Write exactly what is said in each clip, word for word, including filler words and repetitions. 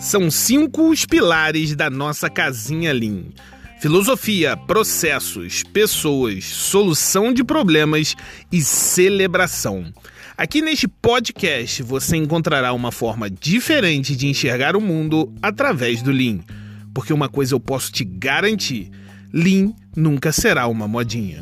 São cinco os pilares da nossa casinha Lean: filosofia, processos, pessoas, solução de problemas e celebração. Aqui neste podcast você encontrará uma forma diferente de enxergar o mundo através do Lean. Porque uma coisa eu posso te garantir: Lean nunca será uma modinha.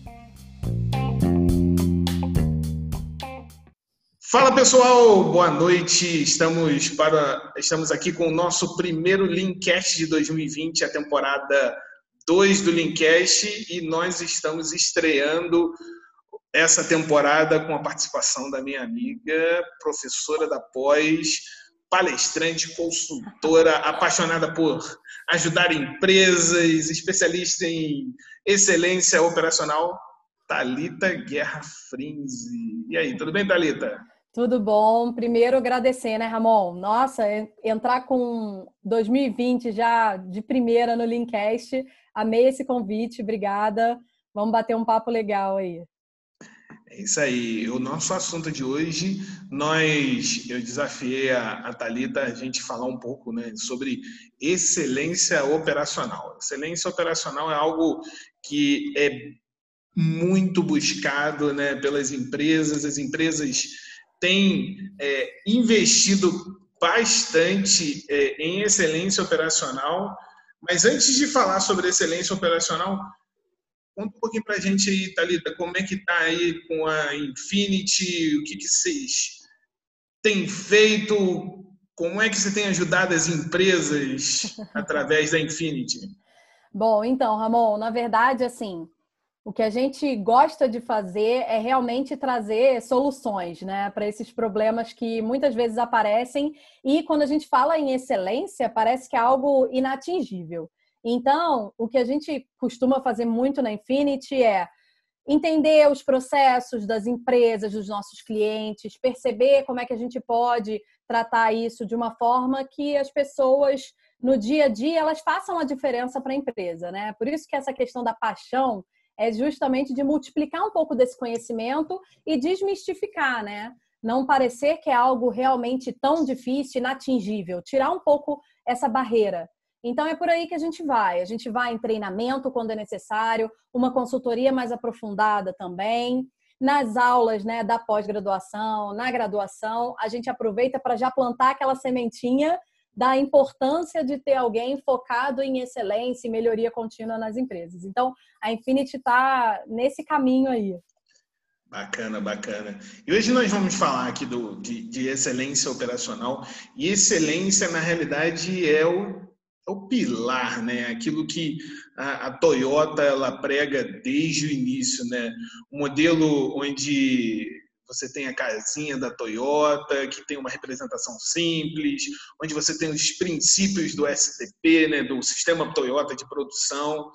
Fala pessoal, boa noite. Estamos, para, estamos aqui com o nosso primeiro Leancast de dois mil e vinte, a temporada dois do Leancast, e nós estamos estreando essa temporada com a participação da minha amiga, professora da pós, palestrante, consultora, apaixonada por ajudar empresas, especialista em excelência operacional, Thalita Guerra Frinzi. E aí, tudo bem, Thalita? Tudo bom. Primeiro agradecer, né, Ramon? Nossa, entrar com dois mil e vinte já de primeira no Leancast. Amei esse convite, obrigada. Vamos bater um papo legal aí. É isso aí. O nosso assunto de hoje, nós, eu desafiei a, a Thalita a gente falar um pouco, né, sobre excelência operacional. Excelência operacional é algo que é muito buscado, né, pelas empresas. As empresas têm é, investido bastante é, em excelência operacional. Mas antes de falar sobre excelência operacional, conta um pouquinho para a gente aí, Thalita, como é que está aí com a Infinity, o que, que vocês têm feito, como é que você tem ajudado as empresas através da Infinity? Bom, então, Ramon, na verdade, assim, o que a gente gosta de fazer é realmente trazer soluções, né, para esses problemas que muitas vezes aparecem, e quando a gente fala em excelência, parece que é algo inatingível. Então, o que a gente costuma fazer muito na Infinity é entender os processos das empresas, dos nossos clientes, perceber como é que a gente pode tratar isso de uma forma que as pessoas, no dia a dia, elas façam a diferença para a empresa, né? Por isso que essa questão da paixão é justamente de multiplicar um pouco desse conhecimento e desmistificar, né? Não parecer que é algo realmente tão difícil, inatingível, tirar um pouco essa barreira. Então é por aí que a gente vai. A gente vai em treinamento quando é necessário, uma consultoria mais aprofundada também. Nas aulas, né, da pós-graduação, na graduação, a gente aproveita para já plantar aquela sementinha da importância de ter alguém focado em excelência e melhoria contínua nas empresas. Então, a Infinity está nesse caminho aí. Bacana, bacana. E hoje nós vamos falar aqui do, de, de excelência operacional. E excelência, na realidade, é o o pilar, né? Aquilo que a, a Toyota ela prega desde o início, né? Um modelo onde você tem a casinha da Toyota, que tem uma representação simples, onde você tem os princípios do S T P, né? Do sistema Toyota de produção.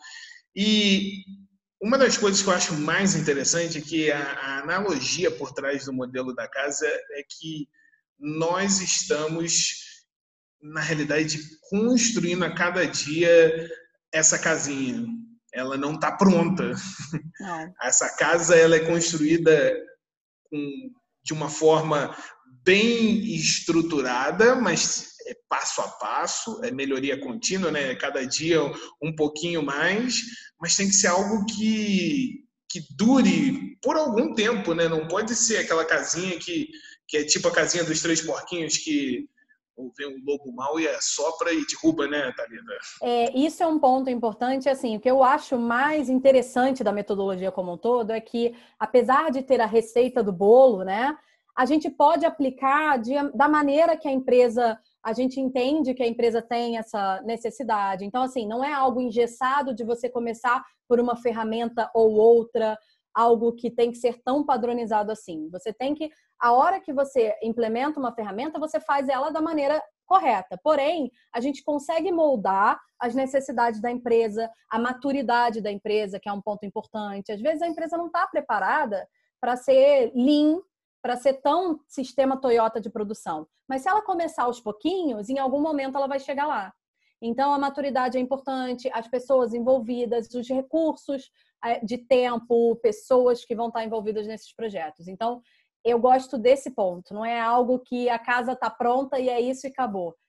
E uma das coisas que eu acho mais interessante é que a, a analogia por trás do modelo da casa é que nós estamos, na realidade, construindo a cada dia essa casinha. Ela não está pronta. Não. Essa casa ela é construída com, de uma forma bem estruturada, mas é passo a passo, é melhoria contínua, né? Cada dia um pouquinho mais, mas tem que ser algo que, que dure por algum tempo, né? Não pode ser aquela casinha que, que é tipo a casinha dos três porquinhos que ou vem um lobo mau e assopra e derruba, né, Thalita? É, isso é um ponto importante. Assim, o que eu acho mais interessante da metodologia como um todo é que, apesar de ter a receita do bolo, né, a gente pode aplicar de, da maneira que a empresa, a gente entende que a empresa tem essa necessidade. Então, assim, não é algo engessado de você começar por uma ferramenta ou outra, algo que tem que ser tão padronizado assim. Você tem que, a hora que você implementa uma ferramenta, você faz ela da maneira correta. Porém, a gente consegue moldar as necessidades da empresa, a maturidade da empresa, que é um ponto importante. Às vezes a empresa não está preparada para ser lean, para ser tão sistema Toyota de produção. Mas se ela começar aos pouquinhos, em algum momento ela vai chegar lá. Então, a maturidade é importante, as pessoas envolvidas, os recursos de tempo, pessoas que vão estar envolvidas nesses projetos. Então, eu gosto desse ponto. Não é algo que a casa está pronta e é isso e acabou.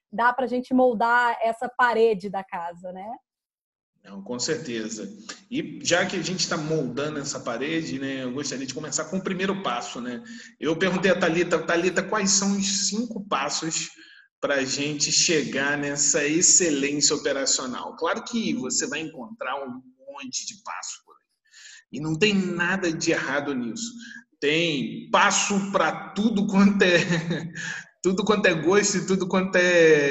dá para a gente moldar essa parede da casa, né? Não, com certeza. E já que a gente está moldando essa parede, né, eu gostaria de começar com o primeiro passo, né? Eu perguntei a Thalita, Thalita, quais são os cinco passos para a gente chegar nessa excelência operacional? Claro que você vai encontrar um monte de passos por aí. E não tem nada de errado nisso. Tem passo para tudo quanto é tudo quanto é gosto e tudo quanto é,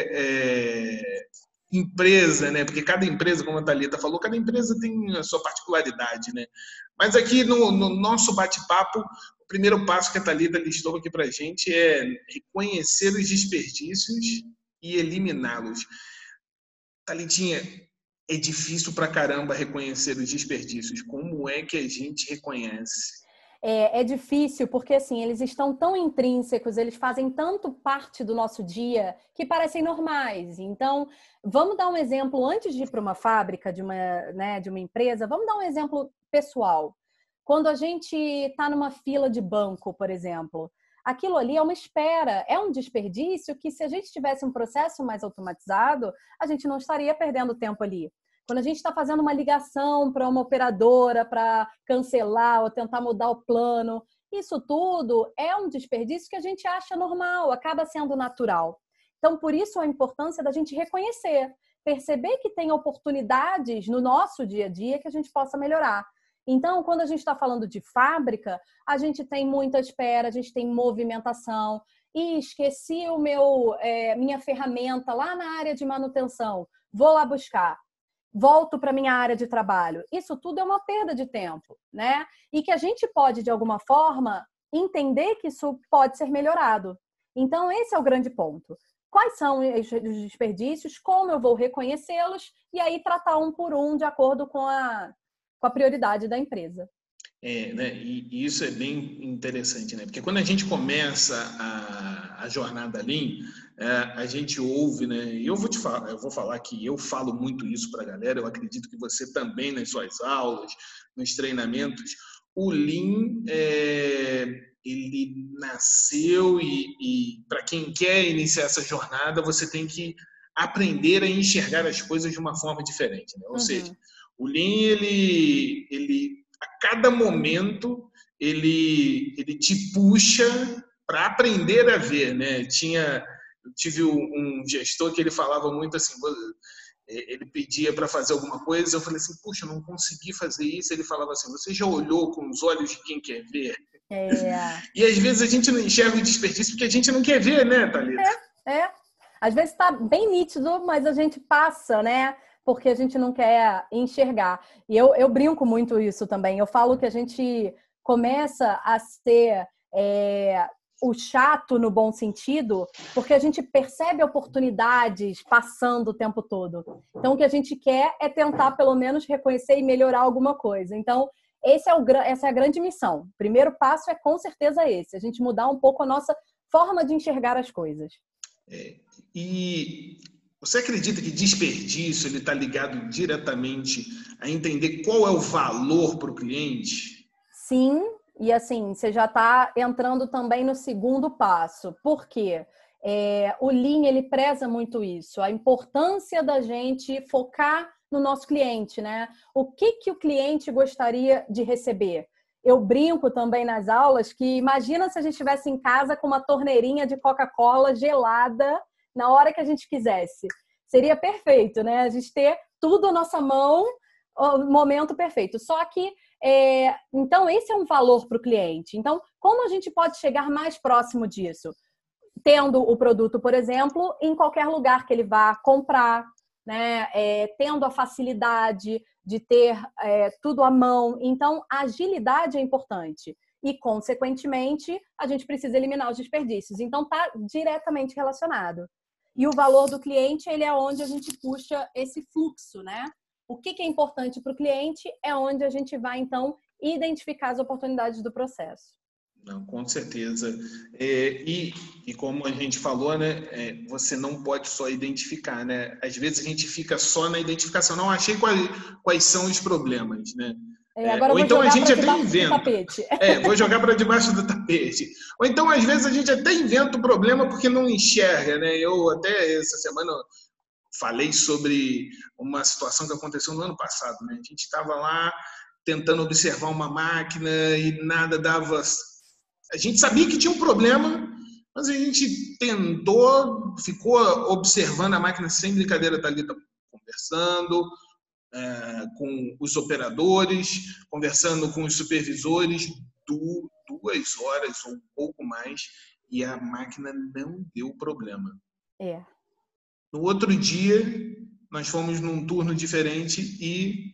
é empresa, né? Porque cada empresa, como a Thalita falou, cada empresa tem a sua particularidade, né? Mas aqui no, no nosso bate-papo, o primeiro passo que a Thalita listou aqui para a gente é reconhecer os desperdícios e eliminá-los. Thalitinha, é difícil pra caramba reconhecer os desperdícios. Como é que a gente reconhece? É, é difícil porque, assim, eles estão tão intrínsecos, eles fazem tanto parte do nosso dia que parecem normais. Então, vamos dar um exemplo, antes de ir para uma fábrica, de uma, né, de uma empresa, vamos dar um exemplo pessoal. Quando a gente está numa fila de banco, por exemplo, aquilo ali é uma espera, é um desperdício que, se a gente tivesse um processo mais automatizado, a gente não estaria perdendo tempo ali. Quando a gente está fazendo uma ligação para uma operadora para cancelar ou tentar mudar o plano, isso tudo é um desperdício que a gente acha normal, acaba sendo natural. Então, por isso a importância da gente reconhecer, perceber que tem oportunidades no nosso dia a dia que a gente possa melhorar. Então, quando a gente está falando de fábrica, a gente tem muita espera, a gente tem movimentação. E esqueci o meu, é, minha ferramenta lá na área de manutenção, vou lá buscar. Volto para a minha área de trabalho. Isso tudo é uma perda de tempo, né? E que a gente pode, de alguma forma, entender que isso pode ser melhorado. Então, esse é o grande ponto. Quais são os desperdícios, como eu vou reconhecê-los e aí tratar um por um de acordo com a, com a prioridade da empresa. É, né? E, e isso é bem interessante, né? Porque quando a gente começa a, a jornada Lean, é, a gente ouve, né? E eu vou te falar, eu vou falar que eu falo muito isso para a galera. Eu acredito que você também nas suas aulas, nos treinamentos, o Lean é, ele nasceu e, e para quem quer iniciar essa jornada, você tem que aprender a enxergar as coisas de uma forma diferente, né? Ou uhum. seja, o Lean ele ele a cada momento ele, ele te puxa para aprender a ver, né? Tinha, eu tive um gestor que ele falava muito assim, ele pedia para fazer alguma coisa, eu falei assim, puxa, eu não consegui fazer isso. Ele falava assim, você já olhou com os olhos de quem quer ver? É. E às vezes a gente não enxerga o desperdício porque a gente não quer ver, né, Thalita? É, é. Às vezes está bem nítido, mas a gente passa, né? Porque a gente não quer enxergar. E eu, eu brinco muito isso também. Eu falo que a gente começa a ser é, o chato no bom sentido, porque a gente percebe oportunidades passando o tempo todo. Então, o que a gente quer é tentar, pelo menos, reconhecer e melhorar alguma coisa. Então, esse é o, essa é a grande missão. O primeiro passo é, com certeza, esse. A gente mudar um pouco a nossa forma de enxergar as coisas. É, e... Você acredita que desperdício ele está ligado diretamente a entender qual é o valor para o cliente? Sim, e assim, você já está entrando também no segundo passo. Por quê? É, o Lean, ele preza muito isso, a importância da gente focar no nosso cliente, né? O que, que o cliente gostaria de receber? Eu brinco também nas aulas que imagina se a gente estivesse em casa com uma torneirinha de Coca-Cola gelada na hora que a gente quisesse. Seria perfeito, né? A gente ter tudo à nossa mão, o momento perfeito. Só que, é... então, esse é um valor para o cliente. Então, como a gente pode chegar mais próximo disso? Tendo o produto, por exemplo, em qualquer lugar que ele vá comprar, né? É, tendo a facilidade de ter é, tudo à mão. Então, a agilidade é importante. E, consequentemente, a gente precisa eliminar os desperdícios. Então, está diretamente relacionado. E o valor do cliente, ele é onde a gente puxa esse fluxo, né? O que, que é importante para o cliente é onde a gente vai, então, identificar as oportunidades do processo. Não, com certeza. É, e, e como a gente falou, né, é, você não pode só identificar, né? Às vezes a gente fica só na identificação. Não achei quais, quais são os problemas, né? É, agora Ou eu vou então a jogar gente para até debaixo do inventa. tapete. É, vou jogar para debaixo do tapete. Ou então, às vezes, a gente até inventa o problema porque não enxerga, né? Eu até essa semana falei sobre uma situação que aconteceu no ano passado, né? A gente estava lá tentando observar uma máquina e nada dava. A gente sabia que tinha um problema, mas a gente tentou, ficou observando a máquina sem brincadeira, tá ali, tá conversando é, com os operadores, conversando com os supervisores, du duas horas ou um pouco mais, e a máquina não deu problema. É. No outro dia, nós fomos num turno diferente e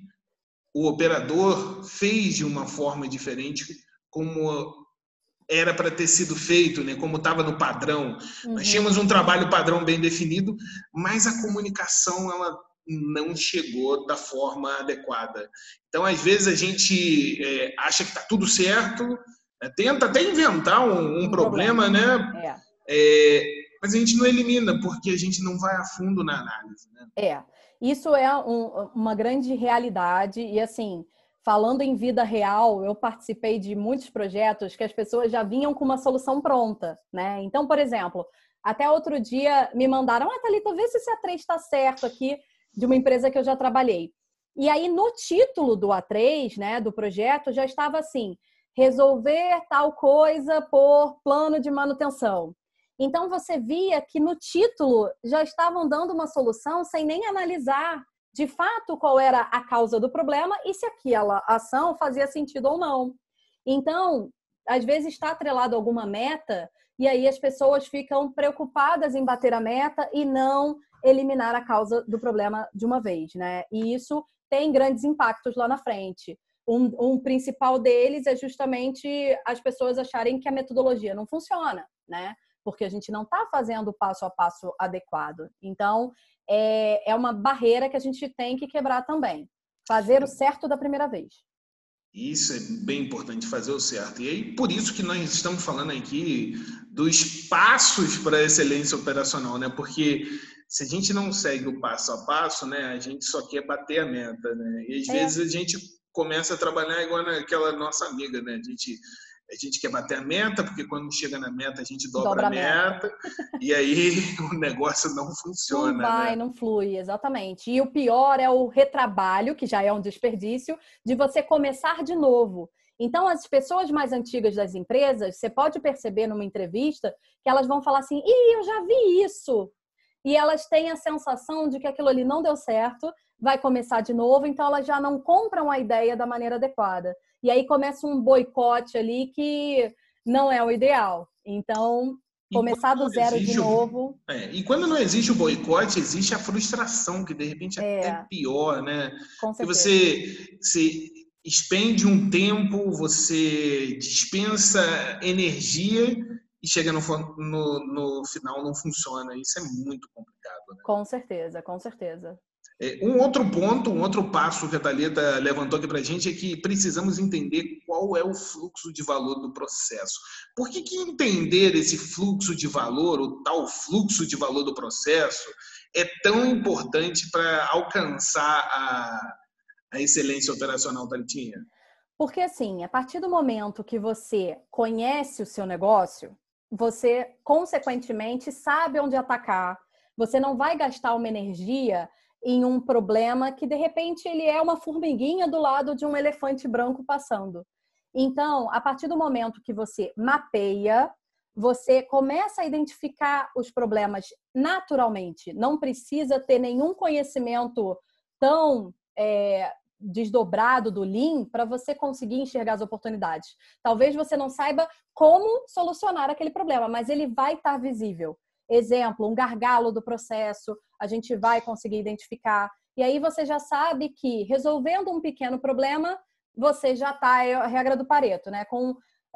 o operador fez de uma forma diferente, como era para ter sido feito, né? Como estava no padrão. Uhum. Nós tínhamos um trabalho padrão bem definido, mas a comunicação ela não chegou da forma adequada. Então, às vezes, a gente é, acha que está tudo certo, é, tenta até inventar um, um, um problema, problema, né? É. É, mas a gente não elimina, porque a gente não vai a fundo na análise, né? É, isso é um, uma grande realidade e, assim, falando em vida real, eu participei de muitos projetos que as pessoas já vinham com uma solução pronta, né? Então, por exemplo, até outro dia me mandaram, ah, Thalita, vê se esse A três está certo aqui, de uma empresa que eu já trabalhei. E aí, no título do A três, né, do projeto, já estava assim, resolver tal coisa por plano de manutenção. Então, você via que no título já estavam dando uma solução sem nem analisar de fato qual era a causa do problema e se aquela ação fazia sentido ou não. Então, às vezes está atrelado a alguma meta e aí as pessoas ficam preocupadas em bater a meta e não eliminar a causa do problema de uma vez, né? E isso tem grandes impactos lá na frente. Um, um principal deles é justamente as pessoas acharem que a metodologia não funciona, né? Porque a gente não está fazendo o passo a passo adequado. Então, é, é uma barreira que a gente tem que quebrar também. Fazer o certo da primeira vez. Isso é bem importante, fazer o certo. E aí, por isso que nós estamos falando aqui dos passos para a excelência operacional, né? Porque se a gente não segue o passo a passo, né, a gente só quer bater a meta, né? E às é. vezes a gente começa a trabalhar igual naquela nossa amiga, né? A gente, a gente quer bater a meta, porque quando chega na meta a gente dobra, dobra a meta, meta e aí o negócio não funciona. Não vai, né? não flui, exatamente. E o pior é o retrabalho, que já é um desperdício, de você começar de novo. Então, as pessoas mais antigas das empresas, você pode perceber numa entrevista que elas vão falar assim, ih, eu já vi isso. E elas têm a sensação de que aquilo ali não deu certo, vai começar de novo, então elas já não compram a ideia da maneira adequada. E aí começa um boicote ali que não é o ideal. Então, começar do zero de novo. O, é, e quando não existe o boicote, existe a frustração, que de repente é, é até pior, né? Com certeza. Porque você, você expende um tempo, você dispensa energia e chega no, no, no final não funciona. Isso é muito complicado. Né? Com certeza, com certeza. Um outro ponto, um outro passo que a Thalita levantou aqui para a gente é que precisamos entender qual é o fluxo de valor do processo. Por que que entender esse fluxo de valor, o tal fluxo de valor do processo, é tão importante para alcançar a, a excelência operacional, Thalitinha? Porque, assim, a partir do momento que você conhece o seu negócio, você, consequentemente, sabe onde atacar, você não vai gastar uma energia em um problema que, de repente, ele é uma formiguinha do lado de um elefante branco passando. Então, a partir do momento que você mapeia, você começa a identificar os problemas naturalmente. Não precisa ter nenhum conhecimento tão é, desdobrado do Lean para você conseguir enxergar as oportunidades. Talvez você não saiba como solucionar aquele problema, mas ele vai estar visível. Exemplo, um gargalo do processo, a gente vai conseguir identificar. E aí você já sabe que resolvendo um pequeno problema, você já está, é a regra do Pareto, né? Com,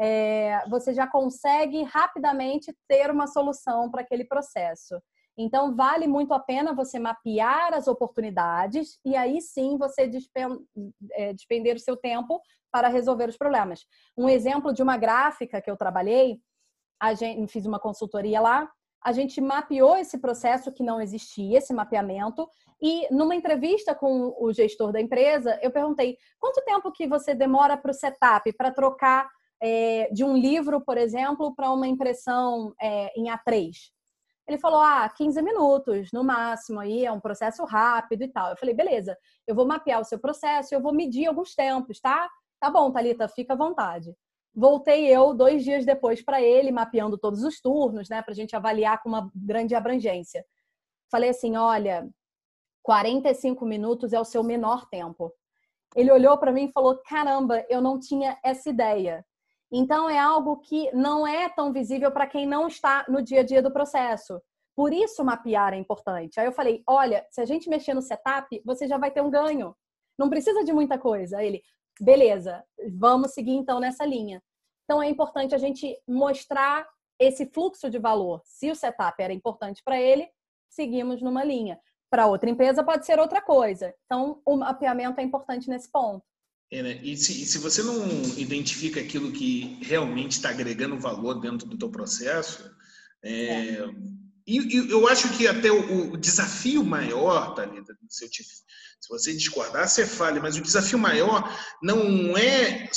é, você já consegue rapidamente ter uma solução para aquele processo. Então, vale muito a pena você mapear as oportunidades e aí sim você despender o seu tempo para resolver os problemas. Um exemplo de uma gráfica que eu trabalhei, a gente, fiz uma consultoria lá, a gente mapeou esse processo que não existia, esse mapeamento, e numa entrevista com o gestor da empresa, eu perguntei, quanto tempo que você demora para o setup, para trocar é, de um livro, por exemplo, para uma impressão é, em A três? Ele falou, ah, quinze minutos, no máximo, aí é um processo rápido e tal. Eu falei, beleza, eu vou mapear o seu processo, eu vou medir alguns tempos, tá? Tá bom, Thalita, fica à vontade. Voltei eu dois dias depois para ele, mapeando todos os turnos, né, para a gente avaliar com uma grande abrangência. Falei assim, olha, quarenta e cinco minutos é o seu menor tempo. Ele olhou para mim e falou, caramba, eu não tinha essa ideia. Então, é algo que não é tão visível para quem não está no dia a dia do processo. Por isso, mapear é importante. Aí eu falei, olha, se a gente mexer no setup, você já vai ter um ganho. Não precisa de muita coisa. Aí ele, beleza, vamos seguir então nessa linha. Então, é importante a gente mostrar esse fluxo de valor. Se o setup era importante para ele, seguimos numa linha. Para outra empresa, pode ser outra coisa. Então, o mapeamento é importante nesse ponto. É, né? E se, e se você não identifica aquilo que realmente está agregando valor dentro do teu processo, é, é. E, e eu acho que até o, o desafio maior, Thalita, se, eu te, se você discordar, você fale, mas o desafio maior não é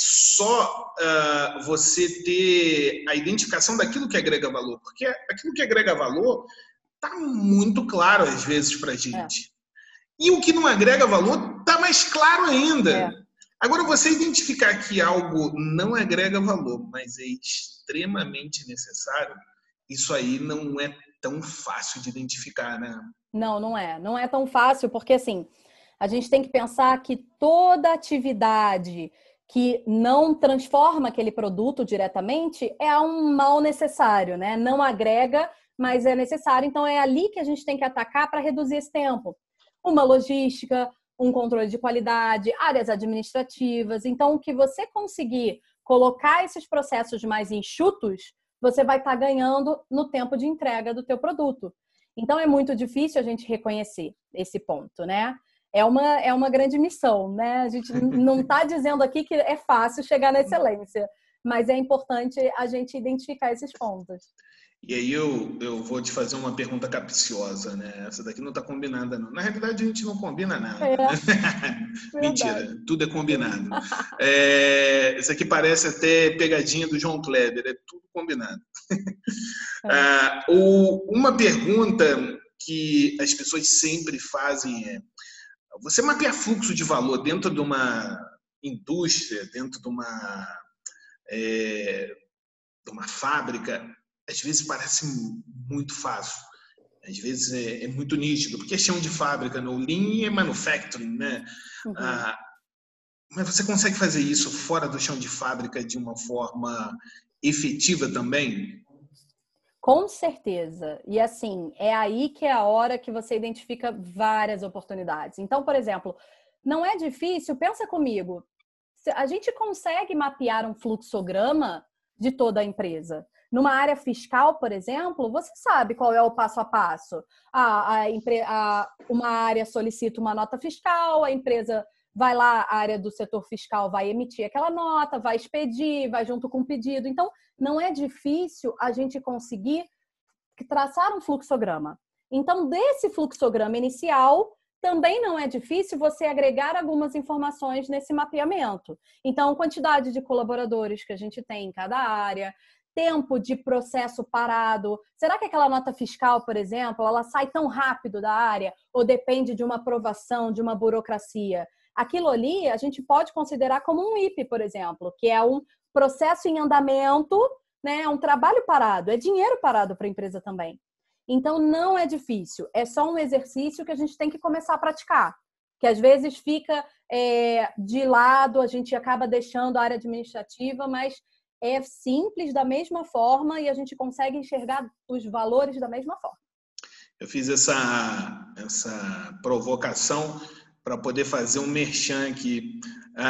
só uh, você ter a identificação daquilo que agrega valor, porque aquilo que agrega valor está muito claro às vezes para a gente. É. E o que não agrega valor está mais claro ainda. É. Agora, você identificar que algo não agrega valor, mas é extremamente necessário, isso aí não é tão fácil de identificar, né? Não, não é. Não é tão fácil, porque assim, a gente tem que pensar que toda atividade que não transforma aquele produto diretamente é um mal necessário, né? Não agrega, mas é necessário. Então, é ali que a gente tem que atacar para reduzir esse tempo. Uma logística, um controle de qualidade, áreas administrativas. Então, o que você conseguir colocar esses processos mais enxutos, você vai estar ganhando no tempo de entrega do teu produto. Então, é muito difícil a gente reconhecer esse ponto, né? É uma, é uma grande missão, né? A gente não está dizendo aqui que é fácil chegar na excelência, mas é importante a gente identificar esses pontos. E aí eu, eu vou te fazer uma pergunta capciosa, né? Essa daqui não está combinada, não. Na realidade, a gente não combina nada. É, né? Mentira, tudo é combinado. É, isso aqui parece até pegadinha do João Kleber, é tudo combinado. É. Ah, o, uma pergunta que as pessoas sempre fazem é: você mapear fluxo de valor dentro de uma indústria, dentro de uma, é, de uma fábrica, às vezes parece muito fácil, às vezes é, é muito nítido, porque é chão de fábrica, no Lean é manufacturing, né? Uhum. Ah, mas você consegue fazer isso fora do chão de fábrica de uma forma efetiva também? Com certeza. E assim, é aí que é a hora que você identifica várias oportunidades. Então, por exemplo, não é difícil, pensa comigo, a gente consegue mapear um fluxograma de toda a empresa. Numa área fiscal, por exemplo, você sabe qual é o passo a passo. A, a, a, uma área solicita uma nota fiscal, a empresa vai lá, a área do setor fiscal vai emitir aquela nota, vai expedir, vai junto com o pedido. Então, não é difícil a gente conseguir traçar um fluxograma. Então, desse fluxograma inicial, também não é difícil você agregar algumas informações nesse mapeamento. Então, quantidade de colaboradores que a gente tem em cada área, tempo de processo parado. Será que aquela nota fiscal, por exemplo, ela sai tão rápido da área ou depende de uma aprovação, de uma burocracia? Aquilo ali a gente pode considerar como um I P, por exemplo, que é um processo em andamento, né? É um trabalho parado, é dinheiro parado para a empresa também. Então, não é difícil, é só um exercício que a gente tem que começar a praticar, que às vezes fica é, de lado, a gente acaba deixando a área administrativa, mas é simples da mesma forma e a gente consegue enxergar os valores da mesma forma. Eu fiz essa, essa provocação para poder fazer um merchan aqui.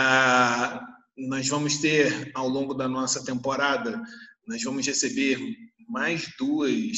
Ah, nós vamos ter, ao longo da nossa temporada, nós vamos receber mais duas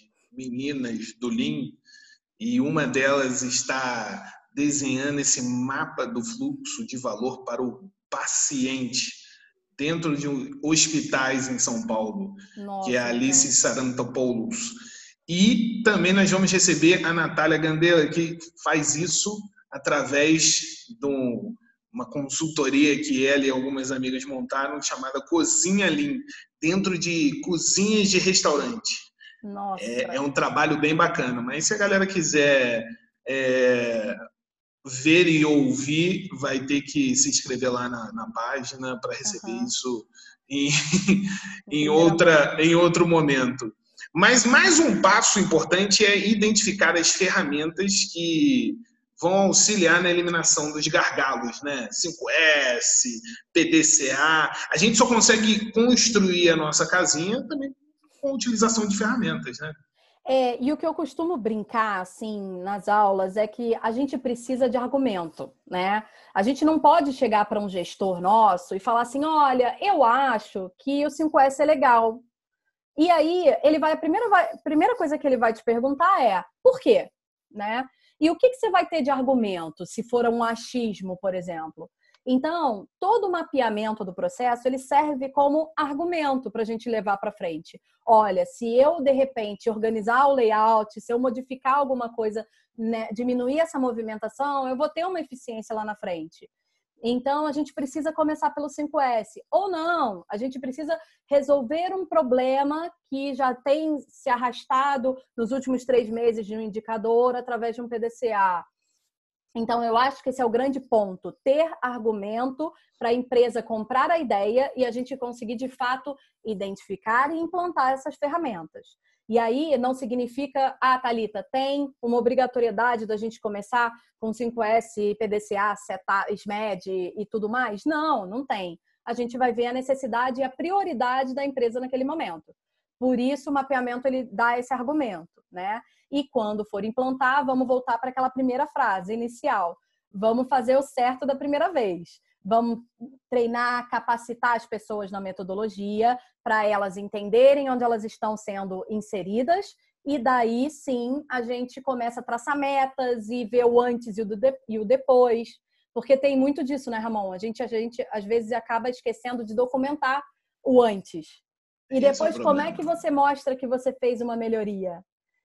meninas do Lean e uma delas está desenhando esse mapa do fluxo de valor para o paciente dentro de hospitais em São Paulo, nossa, que é a Alice Sarantopoulos. E também nós vamos receber a Natália Gandeira, que faz isso através de um, uma consultoria que ela e algumas amigas montaram, chamada Cozinha Lean, dentro de cozinhas de restaurante. Nossa. É, é um trabalho bem bacana, mas se a galera quiser é, ver e ouvir, vai ter que se inscrever lá na, na página para receber uhum. isso em, em, outra, em outro momento. Mas mais um passo importante é identificar as ferramentas que vão auxiliar na eliminação dos gargalos, né? cinco S, P D C A. A gente só consegue construir a nossa casinha também com a utilização de ferramentas, né? É, e o que eu costumo brincar, assim, nas aulas é que a gente precisa de argumento, né? A gente não pode chegar para um gestor nosso e falar assim, olha, eu acho que o cinco S é legal. E aí, ele vai, a primeira, vai, a primeira coisa que ele vai te perguntar é, por quê? Né? E o que, que você vai ter de argumento, se for um achismo, por exemplo? Então, todo o mapeamento do processo, ele serve como argumento para a gente levar para frente. Olha, se eu, de repente, organizar o layout, se eu modificar alguma coisa, né, diminuir essa movimentação, eu vou ter uma eficiência lá na frente. Então, a gente precisa começar pelo cinco S. Ou não, a gente precisa resolver um problema que já tem se arrastado nos últimos três meses de um indicador através de um P D C A. Então, eu acho que esse é o grande ponto, ter argumento para a empresa comprar a ideia e a gente conseguir, de fato, identificar e implantar essas ferramentas. E aí, não significa, ah, Thalita, tem uma obrigatoriedade da gente começar com cinco S, P D C A, S M E D e tudo mais? Não, não tem. A gente vai ver a necessidade e a prioridade da empresa naquele momento. Por isso, o mapeamento ele dá esse argumento, né? E quando for implantar, vamos voltar para aquela primeira frase inicial. Vamos fazer o certo da primeira vez. Vamos treinar, capacitar as pessoas na metodologia para elas entenderem onde elas estão sendo inseridas e daí sim a gente começa a traçar metas e ver o antes e o, de, e o depois. Porque tem muito disso, né, Ramon? A gente, a gente às vezes acaba esquecendo de documentar o antes. E depois, é como é que você mostra que você fez uma melhoria?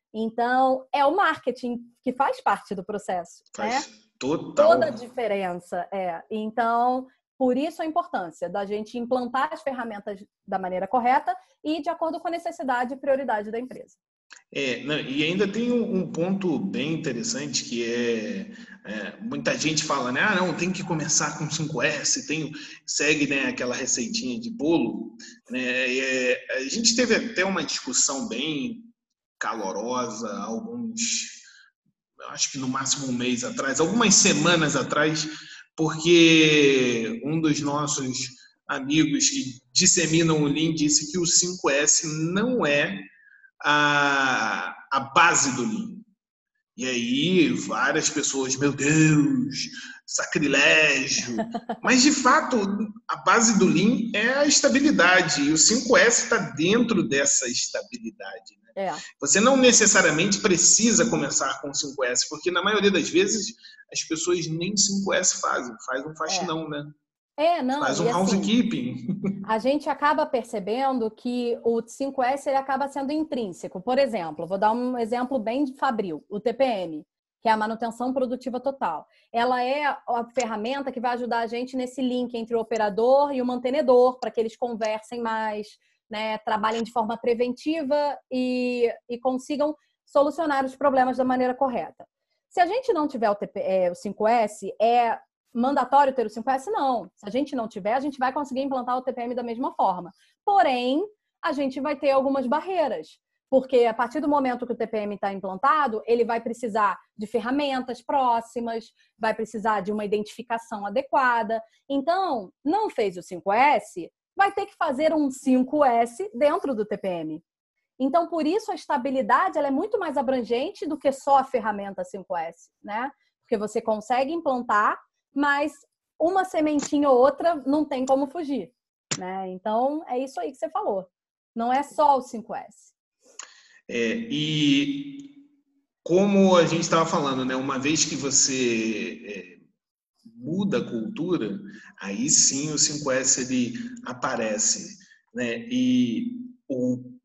Então, é o marketing que faz parte do processo. Faz né? total. Toda a diferença. É. Então, por isso a importância da gente implantar as ferramentas da maneira correta e de acordo com a necessidade e prioridade da empresa. É, não, e ainda tem um, um ponto bem interessante que é, é muita gente fala, né? Ah, não, tem que começar com cinco S, tem, segue, né, aquela receitinha de bolo. Né? É, a gente teve até uma discussão bem calorosa, alguns, acho que no máximo um mês atrás, algumas semanas atrás, porque um dos nossos amigos que disseminam o Lean disse que o cinco S não é a, a base do Lean. E aí, várias pessoas, meu Deus, sacrilégio. Mas, de fato, a base do Lean é a estabilidade. E o cinco S está dentro dessa estabilidade. Né? É. Você não necessariamente precisa começar com cinco S, porque, na maioria das vezes, as pessoas nem cinco S fazem. Faz um faxinão, é. né? É, não, Faz um housekeeping. Assim, a gente acaba percebendo que o cinco S ele acaba sendo intrínseco. Por exemplo, vou dar um exemplo bem de fabril, o T P M, que é a manutenção produtiva total. Ela é a ferramenta que vai ajudar a gente nesse link entre o operador e o mantenedor, para que eles conversem mais, né, trabalhem de forma preventiva e, e consigam solucionar os problemas da maneira correta. Se a gente não tiver o, T P, é, o cinco S, é mandatório ter o cinco S? Não. Se a gente não tiver, a gente vai conseguir implantar o T P M da mesma forma. Porém, a gente vai ter algumas barreiras. Porque a partir do momento que o T P M está implantado, ele vai precisar de ferramentas próximas, vai precisar de uma identificação adequada. Então, não fez o cinco S, vai ter que fazer um cinco S dentro do T P M. Então, por isso, a estabilidade ela é muito mais abrangente do que só a ferramenta cinco S, né? Porque você consegue implantar, mas uma sementinha ou outra não tem como fugir, né? Então, é isso aí que você falou. Não é só o cinco S. É, e como a gente estava falando, né? Uma vez que você é, muda a cultura, aí sim o cinco S ele aparece, né? E o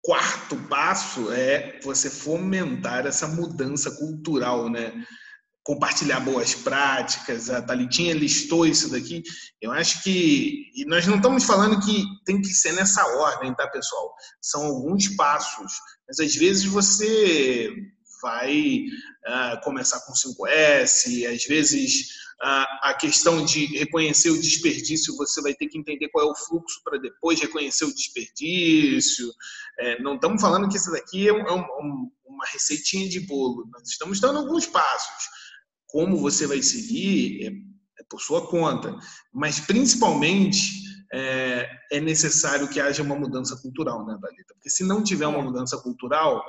quarto passo é você fomentar essa mudança cultural, né? Compartilhar boas práticas, a Thalitinha listou isso daqui. Eu acho que, e nós não estamos falando que tem que ser nessa ordem, tá, pessoal? São alguns passos, mas às vezes você vai uh, começar com cinco S, às vezes uh, a questão de reconhecer o desperdício, você vai ter que entender qual é o fluxo para depois reconhecer o desperdício. É, não estamos falando que isso daqui é, um, é um, uma receitinha de bolo, nós estamos dando alguns passos. Como você vai seguir é, é por sua conta, mas principalmente é, é necessário que haja uma mudança cultural, né, Thalita? Porque se não tiver uma mudança cultural,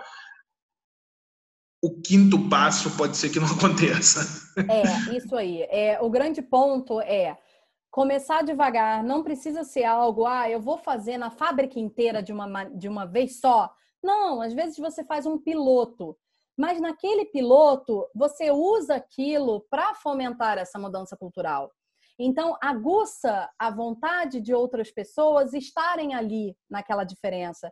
o quinto passo pode ser que não aconteça. É, isso aí. É, o grande ponto é começar devagar, não precisa ser algo, ah, eu vou fazer na fábrica inteira de uma, de uma vez só. Não, às vezes você faz um piloto. Mas naquele piloto, você usa aquilo para fomentar essa mudança cultural. Então, aguça a vontade de outras pessoas estarem ali naquela diferença.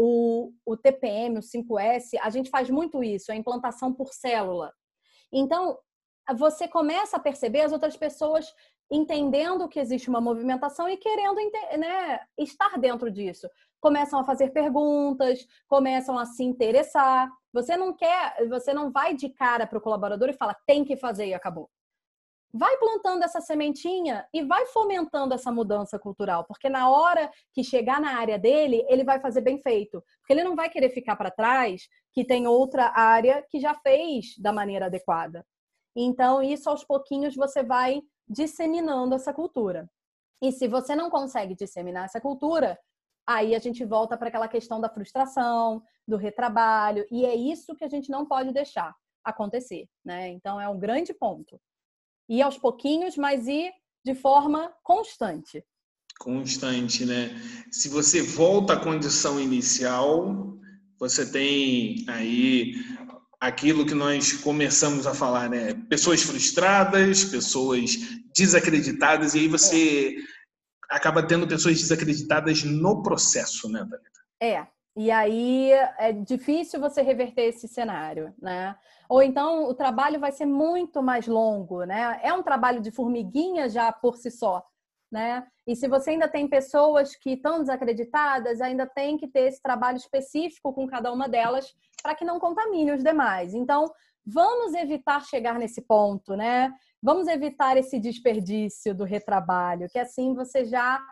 O, o T P M, o cinco S, a gente faz muito isso, a implantação por célula. Então, você começa a perceber as outras pessoas entendendo que existe uma movimentação e querendo, né, estar dentro disso. Começam a fazer perguntas, começam a se interessar. Você não quer, você não vai de cara para o colaborador e fala, tem que fazer e acabou. Vai plantando essa sementinha e vai fomentando essa mudança cultural, porque na hora que chegar na área dele, ele vai fazer bem feito. Porque ele não vai querer ficar para trás, que tem outra área que já fez da maneira adequada. Então, isso aos pouquinhos você vai disseminando essa cultura. E se você não consegue disseminar essa cultura, aí a gente volta para aquela questão da frustração, do retrabalho, e é isso que a gente não pode deixar acontecer, né? Então, é um grande ponto. Ir aos pouquinhos, mas ir de forma constante. Constante, né? Se você volta à condição inicial, você tem aí aquilo que nós começamos a falar, né? Pessoas frustradas, pessoas desacreditadas, e aí você é. acaba tendo pessoas desacreditadas no processo, né, Thalita? É, e aí é difícil você reverter esse cenário, né? Ou então o trabalho vai ser muito mais longo, né? É um trabalho de formiguinha já por si só, né? E se você ainda tem pessoas que estão desacreditadas, ainda tem que ter esse trabalho específico com cada uma delas para que não contamine os demais. Então, vamos evitar chegar nesse ponto, né? Vamos evitar esse desperdício do retrabalho, que assim você já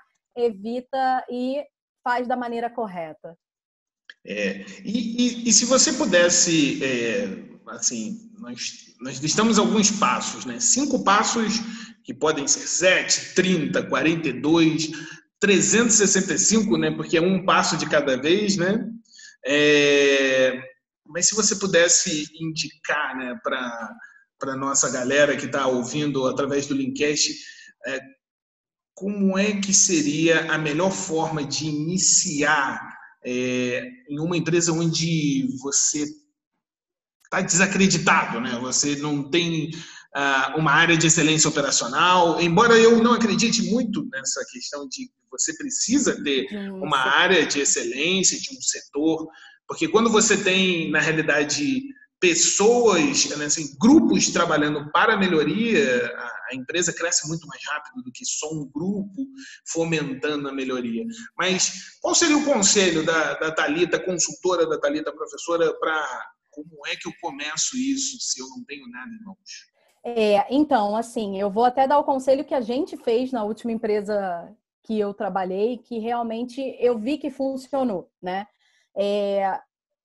evita e faz da maneira correta. É, e, e, e se você pudesse, é, assim, nós, nós listamos alguns passos, né? Cinco passos que podem ser sete, trinta, quarenta e dois, trezentos e sessenta e cinco, né? Porque é um passo de cada vez, né? É, mas se você pudesse indicar, né, para para nossa galera que está ouvindo através do Linkcast, é, como é que seria a melhor forma de iniciar é, em uma empresa onde você está desacreditado, né? Você não tem uh, uma área de excelência operacional, embora eu não acredite muito nessa questão de que você precisa ter uma área de excelência, de um setor, porque quando você tem, na realidade, pessoas, né, assim, grupos trabalhando para a melhoria, a empresa cresce muito mais rápido do que só um grupo fomentando a melhoria. Mas qual seria o conselho da, da Thalita, consultora da Thalita, professora, para como é que eu começo isso se eu não tenho nada em mãos? É, então, assim, eu vou até dar o conselho que a gente fez na última empresa que eu trabalhei, que realmente eu vi que funcionou, né? É,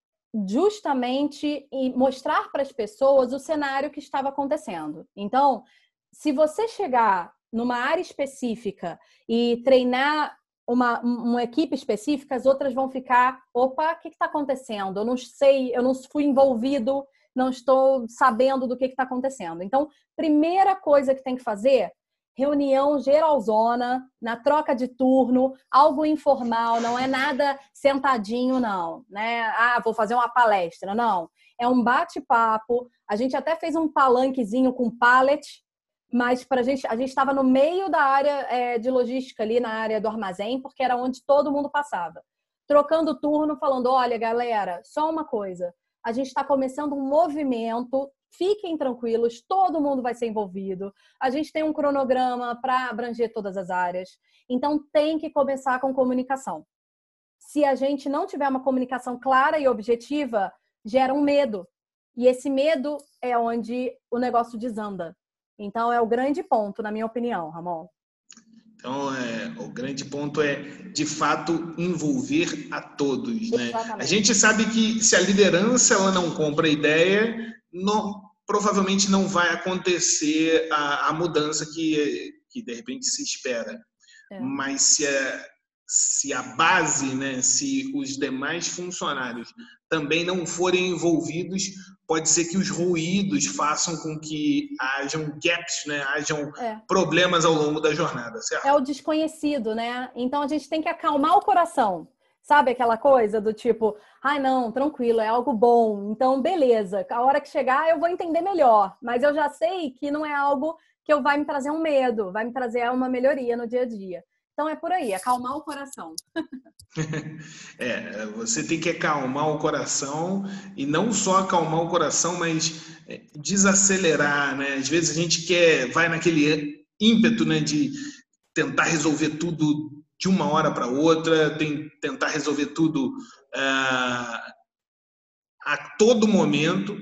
justamente mostrar para as pessoas o cenário que estava acontecendo. Então, se você chegar numa área específica e treinar uma, uma equipe específica, as outras vão ficar, opa, o que está acontecendo? Eu não sei, eu não fui envolvido, não estou sabendo do que está acontecendo. Então, primeira coisa que tem que fazer, reunião geralzona, na troca de turno, algo informal, não é nada sentadinho, não, né? Ah, vou fazer uma palestra, não. É um bate-papo. A gente até fez um palanquezinho com pallet, mas pra gente, a gente estava no meio da área é, de logística ali, na área do armazém, porque era onde todo mundo passava. trocando turno, falando, olha, galera, só uma coisa, a gente está começando um movimento, fiquem tranquilos, todo mundo vai ser envolvido, a gente tem um cronograma para abranger todas as áreas, então tem que começar com comunicação. Se a gente não tiver uma comunicação clara e objetiva, gera um medo. E esse medo é onde o negócio desanda. Então, é o grande ponto, na minha opinião, Ramon. Então, é, o grande ponto é, de fato, envolver a todos, né? A gente sabe que se a liderança ela não compra a ideia, não, provavelmente não vai acontecer a, a mudança que, que, de repente, se espera. É. Mas se a, se a base, né, se os demais funcionários também não forem envolvidos, pode ser que os ruídos façam com que hajam gaps, né, hajam é. problemas ao longo da jornada, certo? É o desconhecido, né? Então a gente tem que acalmar o coração. Sabe aquela coisa do tipo, ai, ah, não, tranquilo, é algo bom, então beleza, a hora que chegar eu vou entender melhor, mas eu já sei que não é algo que eu vai me trazer um medo, vai me trazer uma melhoria no dia a dia. Então é por aí, acalmar o coração. É, você tem que acalmar o coração e não só acalmar o coração, mas desacelerar, né? Às vezes a gente quer, vai naquele ímpeto, né, de tentar resolver tudo de uma hora para outra, tem, tentar resolver tudo uh, a todo momento.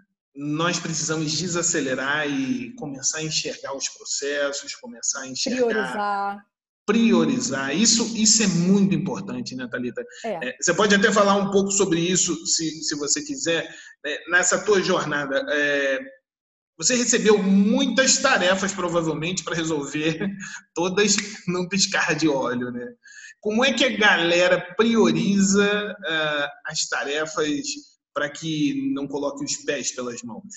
Nós precisamos desacelerar e começar a enxergar os processos, começar a enxergar... Priorizar. Priorizar. Isso, isso é muito importante, né, Thalita? É. É, você pode até falar um pouco sobre isso, se, se você quiser. É, nessa tua jornada, é, você recebeu muitas tarefas, provavelmente, para resolver, todas num piscar de olho, né? Como é que a galera prioriza uh, as tarefas para que não coloque os pés pelas mãos?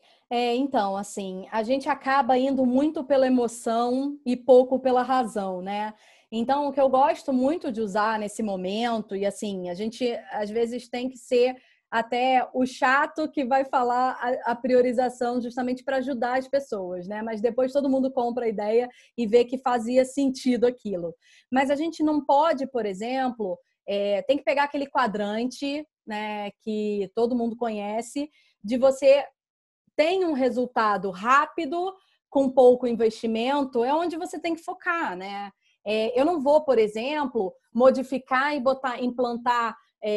É, então, assim, a gente acaba indo muito pela emoção e pouco pela razão, né? Então, o que eu gosto muito de usar nesse momento, e assim, a gente às vezes tem que ser até o chato que vai falar a, a priorização justamente para ajudar as pessoas, né? Mas depois todo mundo compra a ideia e vê que fazia sentido aquilo. Mas a gente não pode, por exemplo, é, tem que pegar aquele quadrante, né, que todo mundo conhece, de você tem um resultado rápido, com pouco investimento, é onde você tem que focar, né? É, eu não vou, por exemplo, modificar e botar, implantar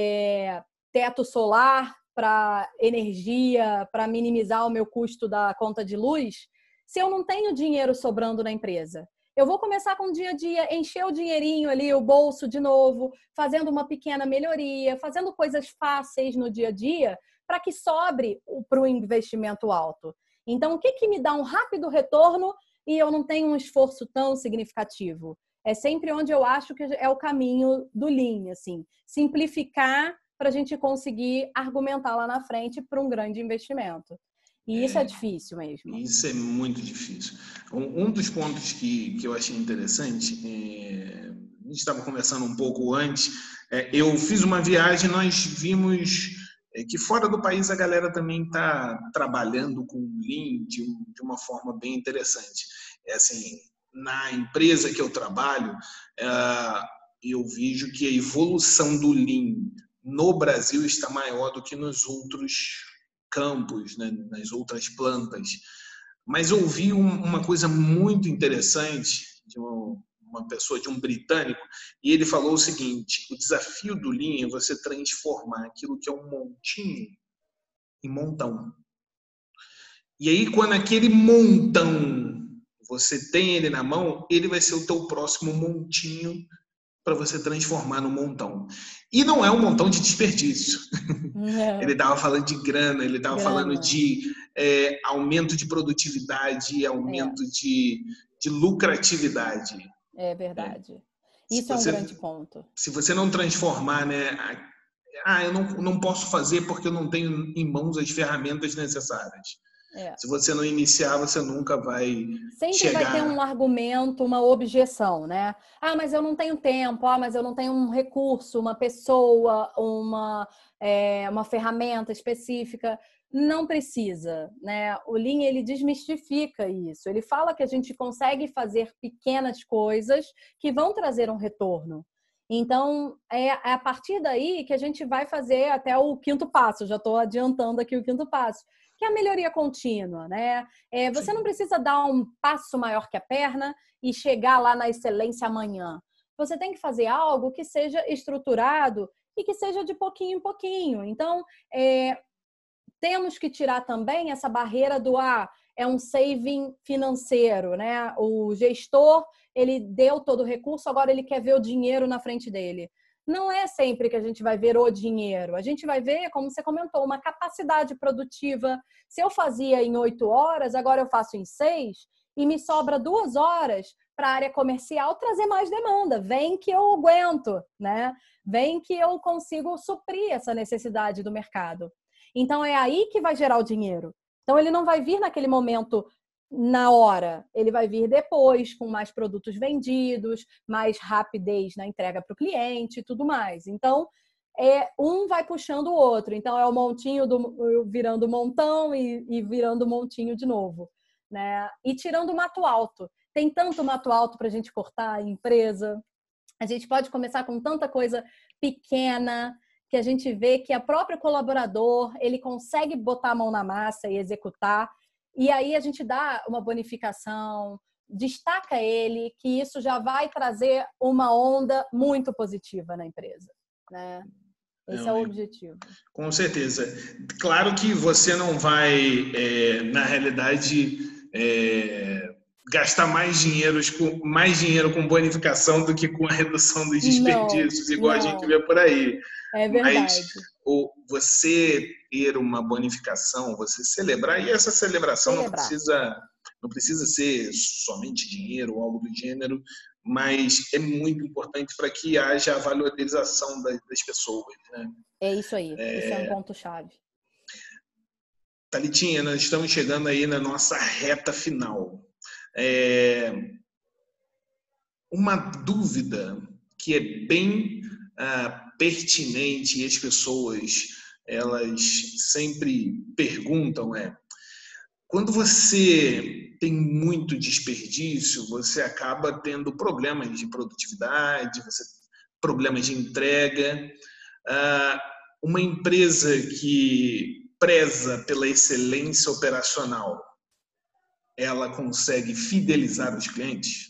é, teto solar para energia, para minimizar o meu custo da conta de luz, se eu não tenho dinheiro sobrando na empresa. Eu vou começar com o dia a dia, encher o dinheirinho ali, o bolso de novo, fazendo uma pequena melhoria, fazendo coisas fáceis no dia a dia, para que sobre para o investimento alto. Então, o que, que me dá um rápido retorno e eu não tenho um esforço tão significativo? É sempre onde eu acho que é o caminho do Lean, assim. Simplificar para a gente conseguir argumentar lá na frente para um grande investimento. E isso é, é difícil mesmo. Isso é muito difícil. Um, um dos pontos que, que eu achei interessante, é, a gente estava conversando um pouco antes, é, eu fiz uma viagem, nós vimos é, que fora do país a galera também está trabalhando com Lean de, de uma forma bem interessante. É assim, na empresa que eu trabalho, é, eu vejo que a evolução do Lean no Brasil está maior do que nos outros campos, né, nas outras plantas. Mas eu ouvi uma coisa muito interessante de uma pessoa, de um britânico, e ele falou o seguinte: o desafio do Lean é você transformar aquilo que é um montinho em montão. E aí, quando aquele montão você tem ele na mão, ele vai ser o teu próximo montinho para você transformar no montão. E não é um montão de desperdício. É. Ele estava falando de grana, ele estava falando de é, aumento de produtividade, aumento é. de, de lucratividade. É verdade. É. Isso se é um você, grande ponto. Se você não transformar, né? Ah, eu não, não posso fazer porque eu não tenho em mãos as ferramentas necessárias. É. Se você não iniciar, você nunca vai Sempre chegar... vai ter um argumento, uma objeção, né? Ah, mas eu não tenho tempo, ah, mas eu não tenho um recurso, uma pessoa, uma, é, uma ferramenta específica. Não precisa, né? O Lean, ele desmistifica isso. Ele fala que a gente consegue fazer pequenas coisas que vão trazer um retorno. Então, é a partir daí que a gente vai fazer até o quinto passo. Já estou adiantando aqui o quinto passo, que é a melhoria contínua, né? É, você não precisa dar um passo maior que a perna e chegar lá na excelência amanhã. Você tem que fazer algo que seja estruturado e que seja de pouquinho em pouquinho. Então, é, temos que tirar também essa barreira do ah, é um saving financeiro, né? O gestor, ele deu todo o recurso, agora ele quer ver o dinheiro na frente dele. Não é sempre que a gente vai ver o dinheiro. A gente vai ver, como você comentou, uma capacidade produtiva. Se eu fazia em oito horas, agora eu faço em seis e me sobra duas horas para a área comercial trazer mais demanda. Vem que eu aguento, né? Vem que eu consigo suprir essa necessidade do mercado. Então, é aí que vai gerar o dinheiro. Então, ele não vai vir naquele momento, na hora. Ele vai vir depois, com mais produtos vendidos, mais rapidez na entrega para o cliente e tudo mais. Então, é, um vai puxando o outro. Então, é o montinho do, virando montão e, e virando montinho de novo, né? E tirando o mato alto. Tem tanto mato alto para a gente cortar a empresa. A gente pode começar com tanta coisa pequena, que a gente vê que a próprio colaborador, ele consegue botar a mão na massa e executar, e aí a gente dá uma bonificação, destaca ele, que isso já vai trazer uma onda muito positiva na empresa, né? Esse não, é o objetivo. Com certeza. Claro que você não vai, é, na realidade, é, gastar mais dinheiro, com, mais dinheiro com bonificação do que com a redução dos desperdícios, não, igual não. a gente vê por aí. É verdade. Mas o, você ter uma bonificação, você celebrar, e essa celebração não precisa, não precisa ser somente dinheiro ou algo do gênero, mas é muito importante para que haja a valorização das, das pessoas, né? É isso aí, é, esse é um ponto-chave. Thalitinha, nós estamos chegando aí na nossa reta final. É, uma dúvida que é bem ah, pertinente e as pessoas elas sempre perguntam é: quando você tem muito desperdício, você acaba tendo problemas de produtividade, você, problemas de entrega. Ah, uma empresa que preza pela excelência operacional, ela consegue fidelizar os clientes?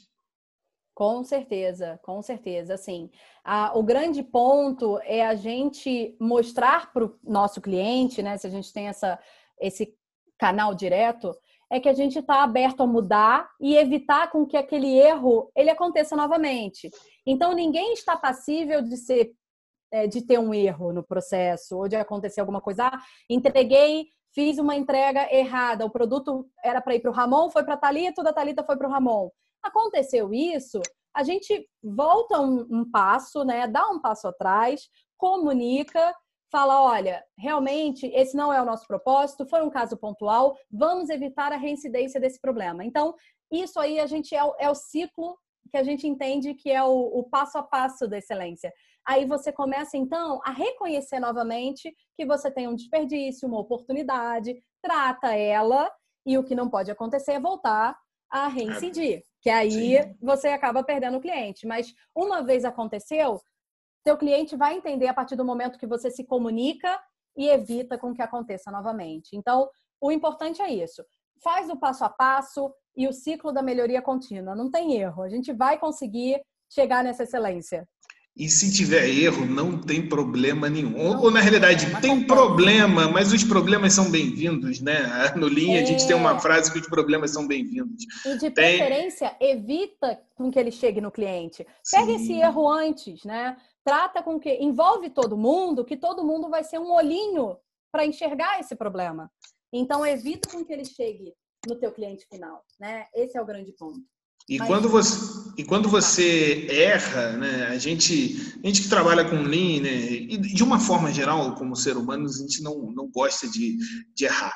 Com certeza, com certeza. Assim, a, o grande ponto é a gente mostrar para o nosso cliente, né? Se a gente tem essa, esse canal direto, é que a gente está aberto a mudar e evitar com que aquele erro ele aconteça novamente. Então, ninguém está passível de ser, é, de ter um erro no processo ou de acontecer alguma coisa. Ah, entreguei, fiz uma entrega errada, o produto era para ir para o Ramon, foi para a Thalita, da Thalita foi para o Ramon. Aconteceu isso, a gente volta um, um passo, né? Dá um passo atrás, comunica, fala, olha, realmente esse não é o nosso propósito, foi um caso pontual, vamos evitar a reincidência desse problema. Então, isso aí a gente é o, é o ciclo que a gente entende que é o, o passo a passo da excelência. Aí você começa, então, a reconhecer novamente que você tem um desperdício, uma oportunidade, trata ela e o que não pode acontecer é voltar a reincidir, que aí Sim. você acaba perdendo o cliente. Mas uma vez aconteceu, seu cliente vai entender a partir do momento que você se comunica e evita com que aconteça novamente. Então, o importante é isso. Faz o passo a passo e o ciclo da melhoria contínua. Não tem erro. A gente vai conseguir chegar nessa excelência. E se tiver erro, não tem problema nenhum. Ou, ou na realidade, problema, tem problema, mas os problemas são bem-vindos, né? No Lean, é. a gente tem uma frase que os problemas são bem-vindos. E de tem... preferência, evita com que ele chegue no cliente. Pega Sim. esse erro antes, né? Trata com que... Envolve todo mundo, que todo mundo vai ser um olhinho para enxergar esse problema. Então, evita com que ele chegue no teu cliente final, né? Esse é o grande ponto. E quando você, e quando você erra, né, a gente, a gente que trabalha com Lean, né, e de uma forma geral, como ser humano, a gente não, não gosta de, de errar.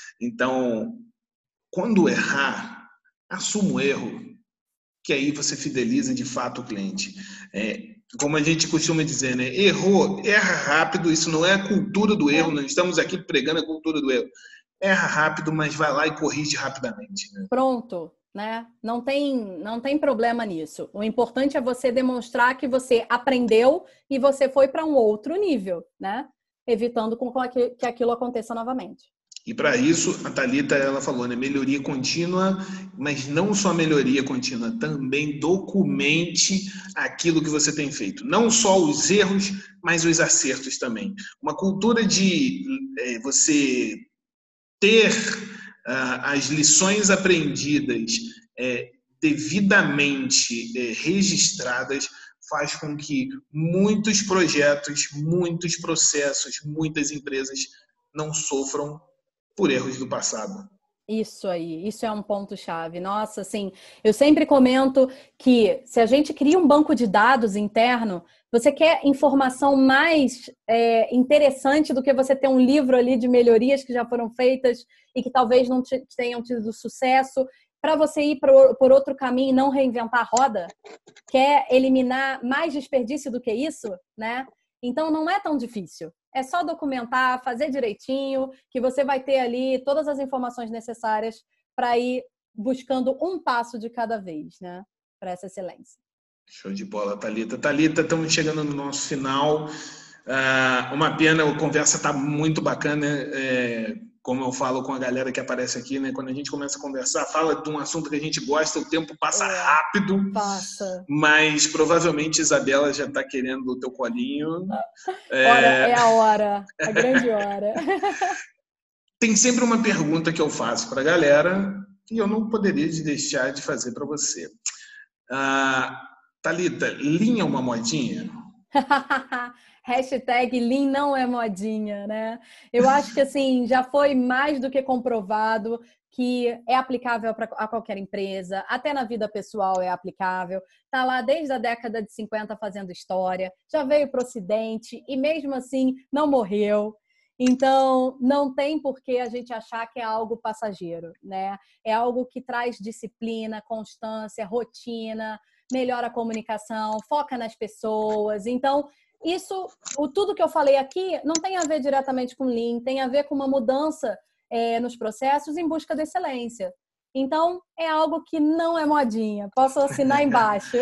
Então, quando errar, assuma o erro, que aí você fideliza de fato o cliente. É, como a gente costuma dizer, né, errou, erra rápido, isso não é a cultura do erro, não estamos aqui pregando a cultura do erro. Erra rápido, mas vai lá e corrige rapidamente. Né? Pronto. né? Não tem, não tem problema nisso. O importante é você demonstrar que você aprendeu e você foi para um outro nível, né? Evitando com que aquilo aconteça novamente. E para isso, a Thalita, ela falou, né? Melhoria contínua, mas não só melhoria contínua, também documente aquilo que você tem feito. Não só os erros, mas os acertos também. Uma cultura de é, você ter uh, as lições aprendidas é, devidamente é, registradas faz com que muitos projetos, muitos processos, muitas empresas não sofram por erros do passado. Isso aí, isso é um ponto-chave. Nossa, assim, eu sempre comento que se a gente cria um banco de dados interno, você quer informação mais é, interessante do que você ter um livro ali de melhorias que já foram feitas e que talvez não tenham tido sucesso, para você ir por, por outro caminho e não reinventar a roda? Quer eliminar mais desperdício do que isso, né? Então, não é tão difícil. É só documentar, fazer direitinho, que você vai ter ali todas as informações necessárias para ir buscando um passo de cada vez, né? Para essa excelência. Show de bola, Thalita. Thalita, estamos chegando no nosso final. Uh, uma pena, a conversa está muito bacana. É, como eu falo com a galera que aparece aqui, né? Quando a gente começa a conversar, fala de um assunto que a gente gosta, o tempo passa é, rápido. Passa. Mas provavelmente Isabela já está querendo o teu colinho. É... Hora, é a hora, a grande hora. Tem sempre uma pergunta que eu faço para a galera e eu não poderia deixar de fazer para você. Uh, Thalita, Lean é uma modinha? Hashtag Lean não é modinha, né? Eu acho que assim, já foi mais do que comprovado que é aplicável pra, a qualquer empresa, até na vida pessoal é aplicável. Está lá desde a década de cinquenta fazendo história, já veio para o Ocidente e mesmo assim não morreu. Então, não tem por que a gente achar que é algo passageiro, né? É algo que traz disciplina, constância, rotina, melhora a comunicação, foca nas pessoas. Então, isso, o, tudo que eu falei aqui não tem a ver diretamente com Lean, tem a ver com uma mudança é, nos processos em busca da excelência. Então, é algo que não é modinha. Posso assinar embaixo.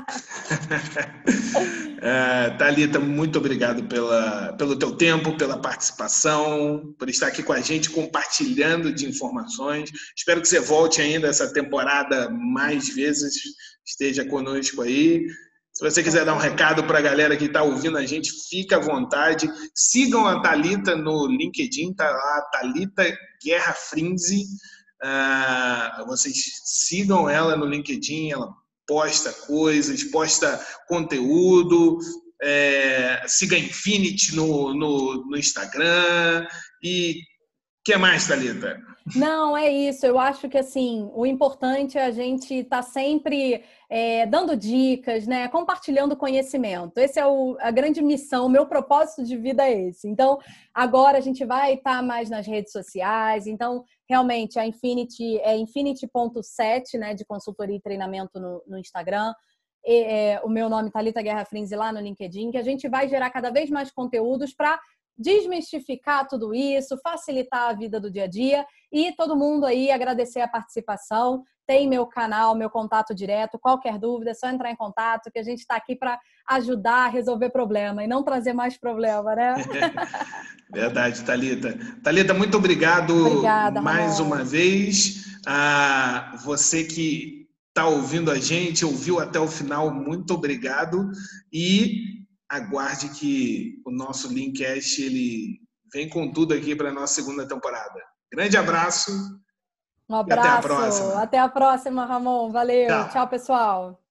uh, Thalita, muito obrigado pela, pelo teu tempo, pela participação, por estar aqui com a gente, compartilhando de informações. Espero que você volte ainda essa temporada mais vezes, esteja conosco aí. Se você quiser dar um recado para a galera que está ouvindo a gente, fica à vontade. Sigam a Thalita no LinkedIn, tá lá, Thalita Guerra Frinze. Uh, vocês sigam ela no LinkedIn, ela posta coisas, posta conteúdo. É, siga a Infinity no, no, no Instagram. E o que mais, Thalita? Não, é isso. Eu acho que assim, o importante é a gente estar tá sempre é, dando dicas, né? Compartilhando conhecimento. Esse é o, a grande missão, o meu propósito de vida é esse. Então, agora a gente vai estar tá mais nas redes sociais. Então, realmente, a Infinity é infinity ponto sete, né? De consultoria e treinamento no, no Instagram. E, é, o meu nome é Thalita Guerra Frinze lá no LinkedIn, que a gente vai gerar cada vez mais conteúdos para desmistificar tudo isso, facilitar a vida do dia a dia e todo mundo aí agradecer a participação. Tem meu canal, meu contato direto, qualquer dúvida é só entrar em contato que a gente está aqui para ajudar a resolver problema e não trazer mais problema, né? Verdade, Thalita. Thalita, muito obrigado. Obrigada, mais Ramon. uma vez. Ah, você que está ouvindo a gente, ouviu até o final, muito obrigado e aguarde que o nosso Leancast ele vem com tudo aqui para a nossa segunda temporada. Grande abraço. Um abraço. E até a próxima. Até a próxima, Ramon. Valeu. Tchau, Tchau, pessoal.